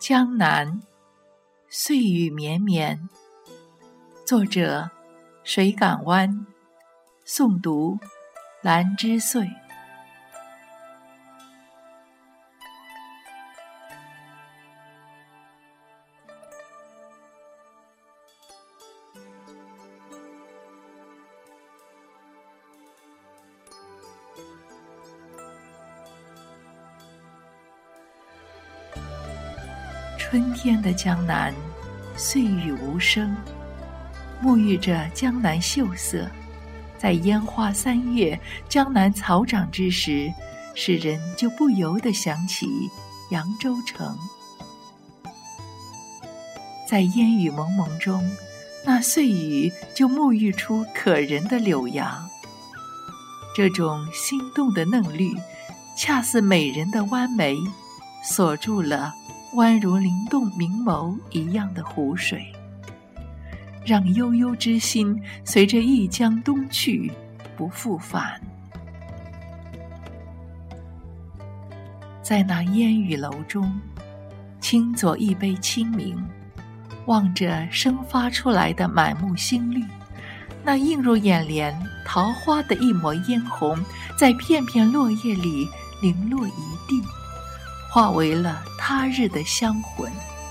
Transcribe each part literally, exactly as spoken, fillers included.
江南，岁雨绵绵。作者：水港湾。诵读：兰之岁。春天的江南，岁雨无声，沐浴着江南秀色。在烟花三月，江南草长之时，使人就不由得想起扬州城。在烟雨蒙蒙中，那岁雨就沐浴出可人的柳芽。这种心动的嫩绿，恰似美人的弯眉，锁住了弯如灵动明眸一样的湖水，让悠悠之心随着一江东去，不复返。在那烟雨楼中，倾左一杯清明，望着生发出来的满目新绿，那映入眼帘桃花的一抹嫣红，在片片落叶里零落一地，化为了他日的香魂。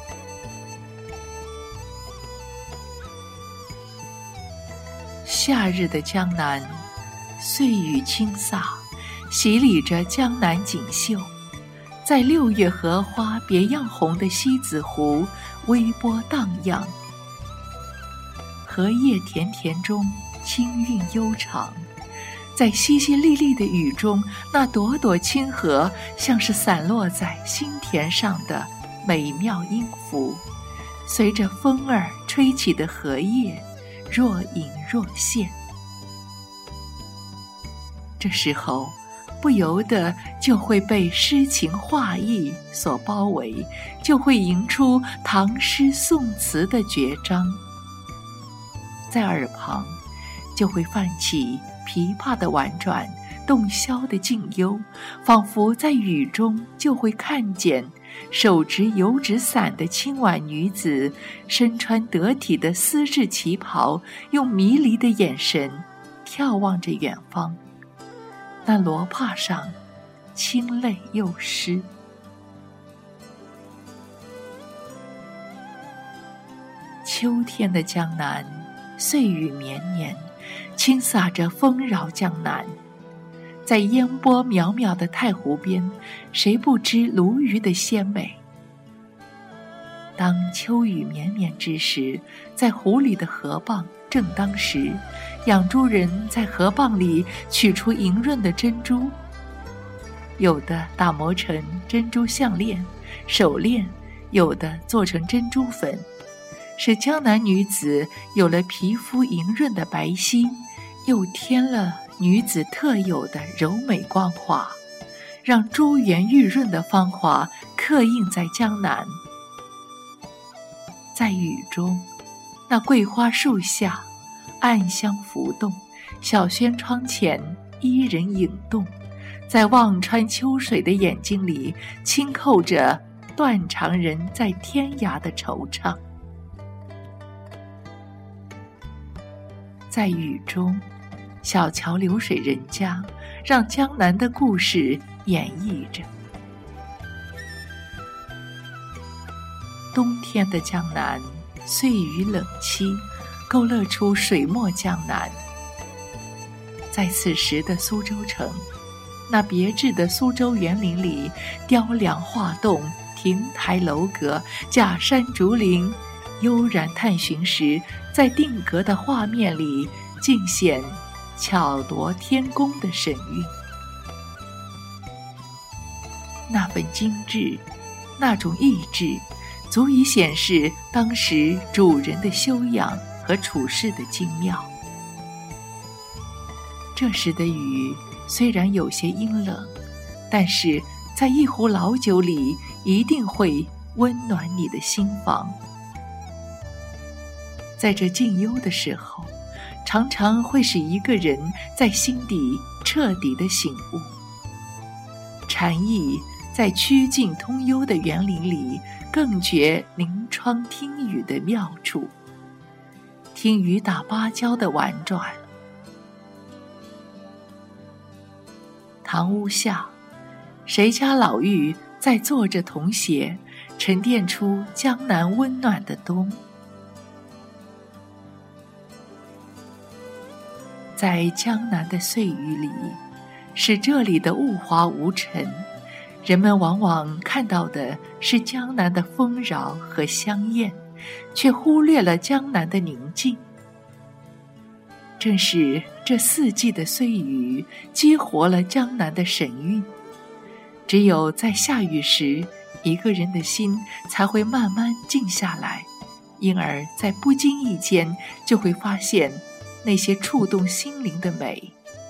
夏日的江南，岁雨轻洒，洗礼着江南锦绣。在六月荷花别样红的西子湖，微波荡漾。荷叶田田中，清韵悠长。在淅淅沥沥的雨中，那朵朵清荷像是散落在心田上的美妙音符，随着风儿吹起的荷叶若隐若现。这时候不由得就会被诗情画意所包围，就会吟出唐诗宋词的绝章。在耳旁就会泛起琵琶的婉转，洞箫的静幽，仿佛在雨中就会看见手执油纸伞的轻婉女子，身穿得体的丝质旗袍，用迷离的眼神眺望着远方。那罗帕上清泪又湿。秋天的江南，岁雨绵绵，轻洒着丰饶江南。在烟波渺渺的太湖边，谁不知鲈鱼的鲜美？当秋雨绵绵之时，在湖里的河蚌正当时，养猪人在河蚌里取出莹润的珍珠，有的打磨成珍珠项链、手链，有的做成珍珠粉，使江南女子有了皮肤莹润的白皙，又添了女子特有的柔美光华，让珠圆玉润的芳华刻印在江南。在雨中，那桂花树下暗香浮动，小轩窗前伊人影动，在望穿秋水的眼睛里轻扣着断肠人在天涯的惆怅。在雨中，小桥流水人家，让江南的故事演绎着。冬天的江南，岁雨冷凄，勾勒出水墨江南。在此时的苏州城，那别致的苏州园林里，雕梁画栋，亭台楼阁，假山竹林，悠然探寻时，在定格的画面里尽显巧夺天工的神韵。那份精致，那种意志，足以显示当时主人的修养和处事的精妙。这时的雨虽然有些阴冷，但是在一壶老酒里一定会温暖你的心房。在这静幽的时候，常常会使一个人在心底彻底的醒悟。禅意在曲径通幽的园林里，更觉临窗听雨的妙处，听雨打芭蕉的婉转。堂屋下，谁家老妪在做着童鞋，沉淀出江南温暖的冬。在江南的碎雨里，使这里的物华无尘，人们往往看到的是江南的丰饶和香艳，却忽略了江南的宁静。正是这四季的碎雨激活了江南的神韵，只有在下雨时，一个人的心才会慢慢静下来，因而在不经意间就会发现那些触动心灵的美。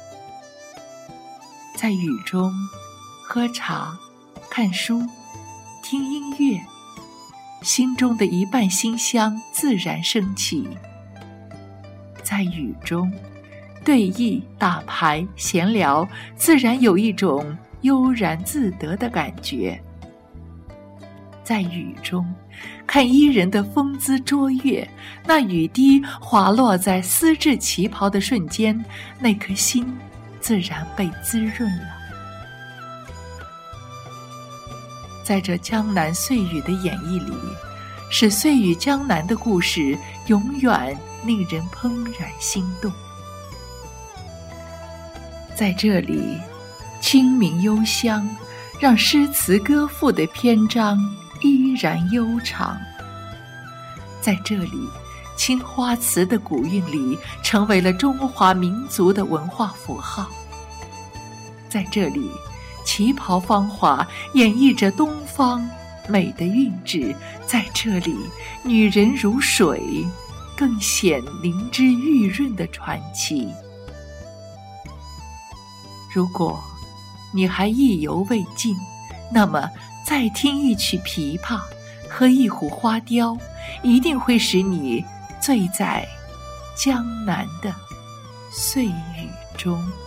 在雨中喝茶、看书、听音乐，心中的一半馨香自然升起。在雨中对弈、打牌、闲聊，自然有一种悠然自得的感觉。在雨中看伊人的风姿卓越，那雨滴滑落在丝质旗袍的瞬间，那颗心自然被滋润了。在这江南碎雨的演绎里，使碎雨江南的故事永远令人怦然心动。在这里，清明幽香让诗词歌赋的篇章依然悠长。在这里，青花瓷的古韵里成为了中华民族的文化符号。在这里，旗袍芳华演绎着东方美的韵致。在这里，女人如水，更显灵芝玉润的传奇。如果你还意犹未尽，那么再听一曲琵琶，喝一壶花雕，一定会使你醉在江南的碎雨中。